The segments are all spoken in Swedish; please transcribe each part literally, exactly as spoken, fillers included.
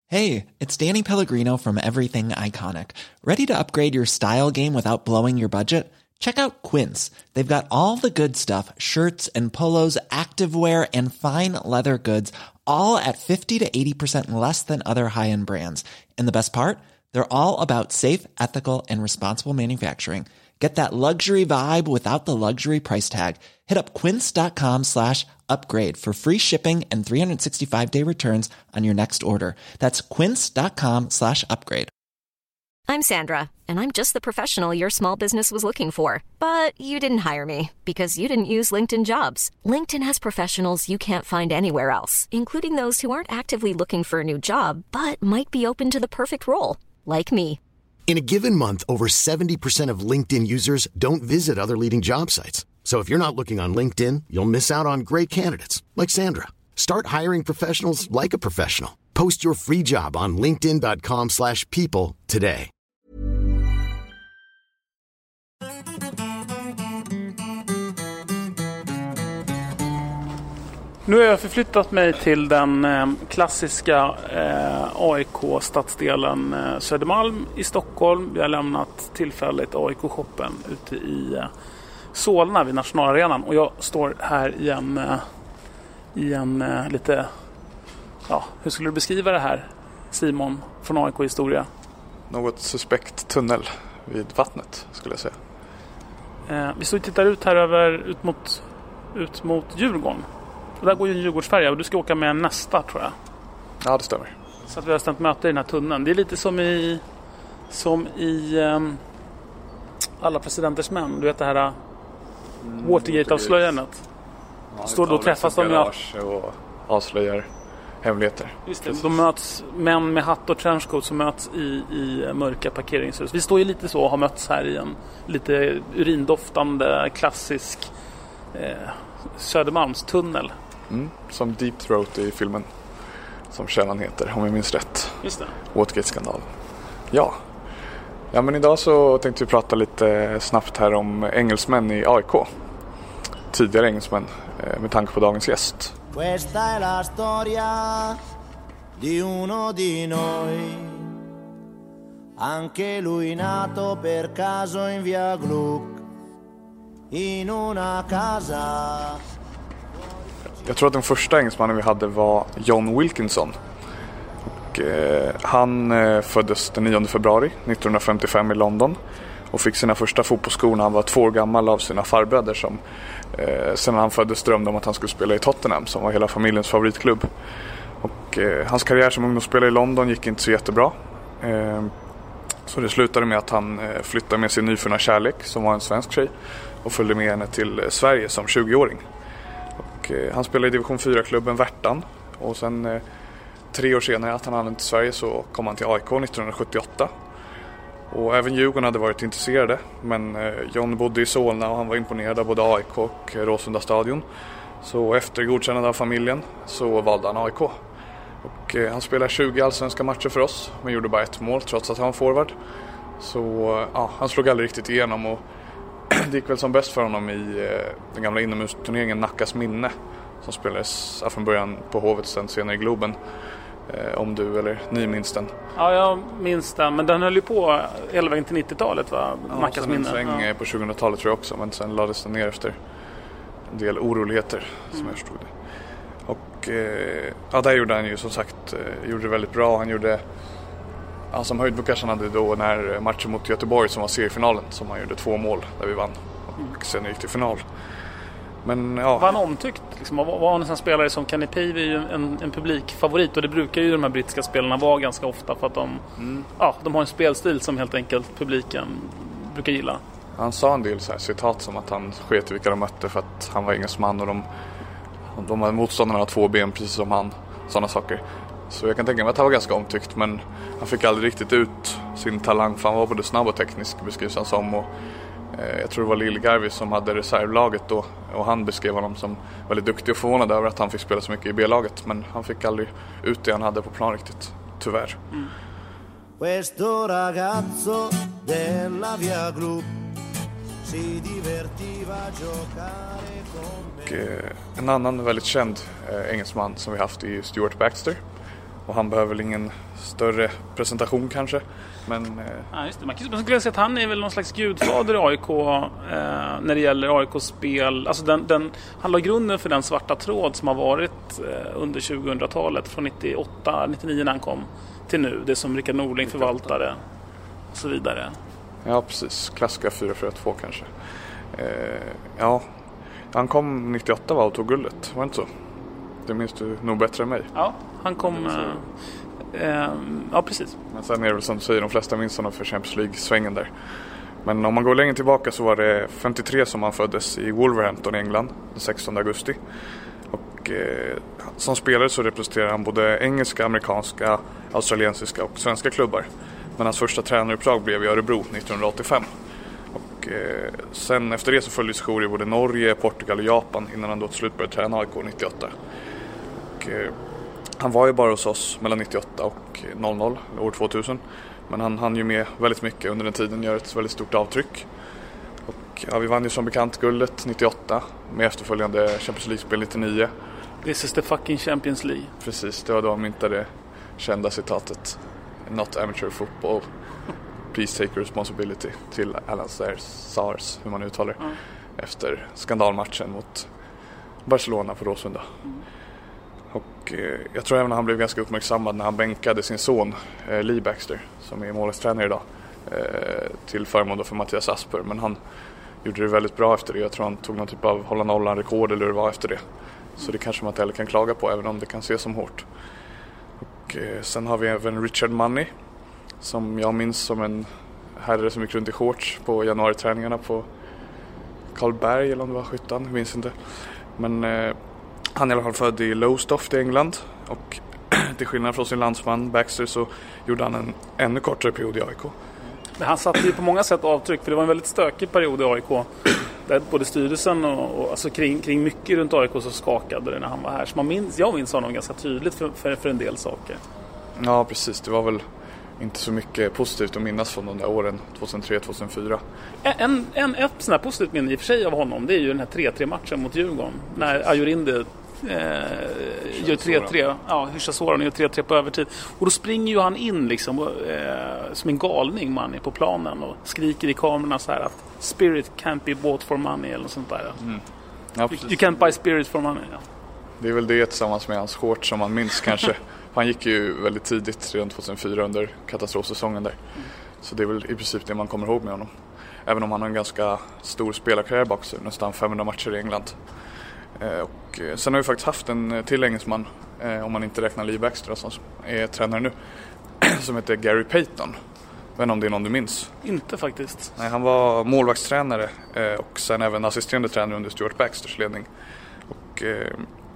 Hey, it's Danny Pellegrino from Everything Iconic. Ready to upgrade your style game without blowing your budget? Check out Quince. They've got all the good stuff, shirts and polos, activewear, and fine leather goods, all at fifty to eighty percent less than other high-end brands. And the best part? They're all about safe, ethical, and responsible manufacturing. Get that luxury vibe without the luxury price tag. Hit up quince.com slash upgrade for free shipping and three sixty-five day returns on your next order. That's quince.com slash upgrade. I'm Sandra, and I'm just the professional your small business was looking for. But you didn't hire me because you didn't use LinkedIn Jobs. LinkedIn has professionals you can't find anywhere else, including those who aren't actively looking for a new job, but might be open to the perfect role, like me. In a given month, over seventy percent of LinkedIn users don't visit other leading job sites. So if you're not looking on LinkedIn, you'll miss out on great candidates like Sandra. Start hiring professionals like a professional. Post your free job on linkedin.com slash people today. Nu har jag förflyttat mig till den eh, klassiska eh, A I K-stadsdelen eh, Södermalm i Stockholm. Vi har lämnat tillfälligt A I K-shoppen ute i eh, Solna vid Nationalarenan. Och jag står här i en, eh, i en eh, lite, ja, hur skulle du beskriva det här, Simon, från A I K-historia? Något suspekt tunnel vid vattnet, skulle jag säga. Eh, vi står och tittar ut här över, ut mot, ut mot Djurgården. Och där går ju en Djurgårdsfärja och du ska åka med nästa, tror jag. Ja, det stämmer. Så att vi har stämt möte i den här tunneln. Det är lite som i som i um, Alla presidenters män. Du vet det här mm, Watergate-avslöjandet. Ja, står då och träffas de ju och avslöjar hemligheter. Just det, de möts, män med hatt och trenchcoat som möts i, i mörka parkeringshus. Vi står ju lite så och har mötts här i en lite urindoftande klassisk eh, Södermalmstunnel. Mm, som Deep Throat i filmen, som källan heter, om jag minns rätt. Just det. Watergate-skandal. Ja. Ja, men idag så tänkte vi prata lite snabbt här om engelsmän i A I K. Tidigare engelsmän, med tanke på dagens gäst. Questa è la storia di uno di noi. Anche lui nato per caso in via Gluck. In una casa. Jag tror att den första engelsmannen vi hade var John Wilkinson. Och, eh, han eh, föddes den nionde februari nittonhundrafemtiofem i London och fick sina första fotbollsskor när han var två år gammal av sina farbröder som eh, sen han föddes drömde om att han skulle spela i Tottenham, som var hela familjens favoritklubb. Och eh, hans karriär som ungdomsspelare i London gick inte så jättebra. Eh, så det slutade med att han eh, flyttade med sin nyfunna kärlek, som var en svensk tjej, och följde med henne till Sverige som tjugoåring. Och, eh, han spelade i division fyra-klubben Värtan. Och sen eh, tre år senare att han anlände till Sverige så kom han till A I K nittonhundrasjuttioåtta. Och även Djurgården hade varit intresserade. Men eh, John bodde i Solna och han var imponerad av både A I K och Råsunda stadion. Så efter godkännande av familjen så valde han A I K. Och eh, han spelade tjugo allsvenska matcher för oss, men gjorde bara ett mål trots att han var forward. Så eh, ja, han slog aldrig riktigt igenom, och det gick väl som bäst för honom i eh, den gamla inomhusturneringen Nackas minne, som spelades från början på Hovet, sen senare i Globen. Eh, om du eller ni minns den. Ja, jag minns den, men den höll ju på hela vägen till nittiotalet, va? Ja, Nackas minne. En sväng ja. På tjugohundratalet tror jag också, men sen lades den ner efter en del oroligheter, som mm. jag förstod det. Och eh, ja, där gjorde han ju som sagt eh, gjorde det väldigt bra. Han gjorde, ja, som höjdpunkter han hade då när matchen mot Göteborg som var seriefinalen, som han gjorde två mål där vi vann. Och mm. sen gick till final. Men ja. Var han omtyckt? Liksom, var han en spelare som Kenny Pavey är ju en, en publikfavorit, och det brukar ju de här brittiska spelarna vara ganska ofta, för att de, mm. ja, de har en spelstil som helt enkelt publiken brukar gilla. Han sa en del så här citat som att han sket i vilka de mötte för att han var engelsman och de, de hade motståndarna av två ben precis som han, sådana saker. Så jag kan tänka mig att han var ganska omtyckt, men han fick aldrig riktigt ut sin talang, för han var både snabb och teknisk, beskrivs han som. Och eh, jag tror det var Lille Garvis som hade reservlaget då, och han beskrev honom som väldigt duktig och förvånad över att han fick spela så mycket i B-laget, men han fick aldrig ut det han hade på plan riktigt, tyvärr. Mm. Questo ragazzo della via Gluck si divertiva a giocare con me. Och, eh, en annan väldigt känd eh, engelsman som vi haft är Stuart Baxter. Och han behöver väl ingen större presentation kanske. Men, eh... ja, just det. Man kan skulle säga att han är väl någon slags gudfader i A I K eh, när det gäller A I K:s spel. Alltså den, den, han la grunden för den svarta tråd som har varit eh, under tjugohundratalet från nittioåtta nittionio när han kom till nu. Det som Rickard Norling förvaltade och så vidare. Ja, precis. Klassiska fyra fyra två kanske. Eh, ja, han kom nittioåtta va, och tog guldet, var det inte så? Det minns du nog bättre än mig. Ja, han kom... Eh, eh, ja, precis. Men sen är det väl som du säger, de flesta minns honom för Champions League-svängen där. Men om man går längre tillbaka så var det femtiotre som han föddes i Wolverhampton i England den sextonde augusti. Och eh, som spelare så representerar han både engelska, amerikanska, australiensiska och svenska klubbar. Men hans första tränaruppdrag blev i Örebro nittonhundraåttiofem. Och eh, sen efter det så följde sejour i både Norge, Portugal och Japan innan han då till slut började träna A I K nittioåtta. Och, eh, han var ju bara hos oss mellan nittioåtta och noll noll, år tvåtusen. Men han hann ju med väldigt mycket under den tiden, gör ett väldigt stort avtryck. Och ja, vi vann ju som bekant guldet nittioåtta med efterföljande Champions League-spel nittionio. This is the fucking Champions League. Precis, det var då han myntade kända citatet Not amateur football, please take responsibility till Alan Sars, hur man uttalar mm. efter skandalmatchen mot Barcelona på Råsunda. Mm. Och eh, jag tror även att han blev ganska uppmärksammad när han bänkade sin son eh, Lee Baxter, som är målvaktstränare idag, eh, till förmån för Mattias Asper. Men han gjorde det väldigt bra efter det. Jag tror han tog någon typ av hålla nollan rekord eller hur det var efter det. Så det kanske man inte heller kan klaga på, även om det kan ses som hårt. Och eh, sen har vi även Richard Money, som jag minns som en herre som gick runt i shorts på januariträningarna på Karlberg, eller om det var Skyttan, jag minns inte. Men eh, han är i alla fall född i Lowestoft i England, och till skillnad från sin landsman Baxter så gjorde han en ännu kortare period i A I K. Men han satte ju på många sätt avtryck, för det var en väldigt stökig period i A I K. Där både styrelsen och, och alltså kring, kring mycket runt A I K så skakade det när han var här. Så man minns, jag minns honom ganska tydligt för, för, för en del saker. Ja, precis. Det var väl inte så mycket positivt att minnas från de där åren, tjugohundratre tjugohundrafyra. En, en, ett sån här positivt minne i och för sig av honom, det är ju den här tre tre matchen mot Djurgården. När Ajorinde eh, gör tre tre, ja, Hysasåran gör tre tre på övertid. Och då springer ju han in liksom, eh, som en galning man är på planen och skriker i kamerorna så här att spirit can't be bought for money eller något sånt där. Mm. Ja, you, you can't buy spirit for money. Ja. Det är väl det tillsammans med hans shorts som man minns kanske. Han gick ju väldigt tidigt, redan tjugohundrafyra under katastrofsäsongen där. Mm. Så det är väl i princip det man kommer ihåg med honom. Även om han har en ganska stor spelarkarriär bak sig, nästan femhundra matcher i England. Eh, och sen har vi faktiskt haft en till engelsman, eh, om man inte räknar Lee Baxter som är tränare nu, som heter Gary Payton. Jag vet inte om det är någon du minns? Inte faktiskt. Nej, han var målvaktstränare eh, och sen även assisterande tränare under Stuart Baxters ledning. Och eh,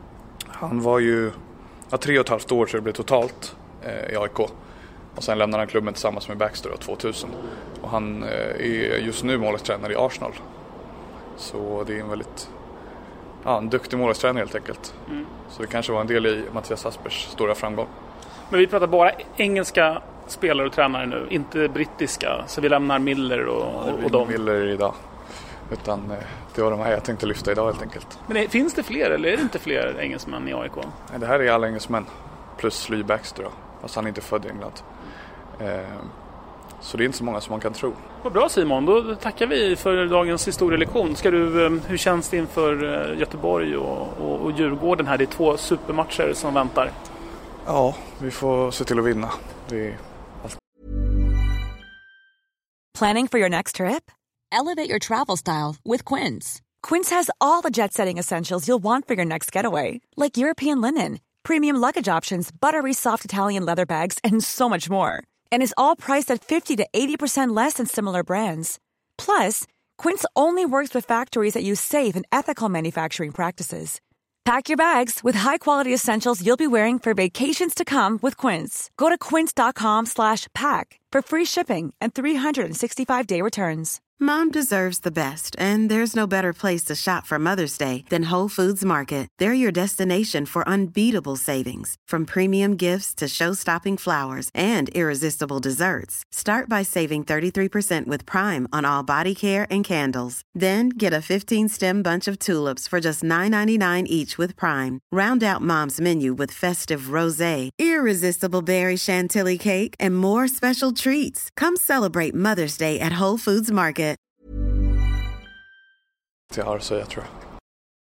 han var ju ja, tre och ett halvt år så det blev totalt eh, i A I K. Och sen lämnade han klubben tillsammans med Baxter då, tvåtusen. Och han eh, är just nu målvaktstränare i Arsenal. Så det är en väldigt ja, en duktig målvaktstränare helt enkelt. Mm. Så det kanske var en del i Mattias Aspers stora framgång. Men vi pratar bara engelska spelare och tränare nu, inte brittiska. Så vi lämnar Miller och, ja, och dem. Miller idag. Utan eh, det var de här jag tänkte lyfta idag helt enkelt. Men det, finns det fler eller är det inte fler engelsmän i A I K? Nej, det här är alla engelsmän. Plus Lee Baxter då. Fast han är inte född i England. Eh, så det är inte så många som man kan tro. Vad bra Simon, då tackar vi för dagens historielektion. Ska du, hur känns det inför Göteborg och, och, och Djurgården här? Det är två supermatcher som väntar. Ja, vi får se till att vinna. Det är allt. Planning for your next trip? Elevate your travel style with Quince. Quince has all the jet-setting essentials you'll want for your next getaway, like European linen, premium luggage options, buttery soft Italian leather bags, and so much more. And is all priced at fifty to eighty percent less than similar brands. Plus, Quince only works with factories that use safe and ethical manufacturing practices. Pack your bags with high-quality essentials you'll be wearing for vacations to come with Quince. Go to quince dot com slash pack for free shipping and three sixty-five day returns. Mom deserves the best, and there's no better place to shop for Mother's Day than Whole Foods Market. They're your destination for unbeatable savings, from premium gifts to show-stopping flowers and irresistible desserts. Start by saving thirty-three percent with Prime on all body care and candles. Then get a fifteen-stem bunch of tulips for just nine ninety-nine each with Prime. Round out Mom's menu with festive rosé, irresistible berry chantilly cake, and more special treats. Come celebrate Mother's Day at Whole Foods Market. Till Arsa, jag tror jag.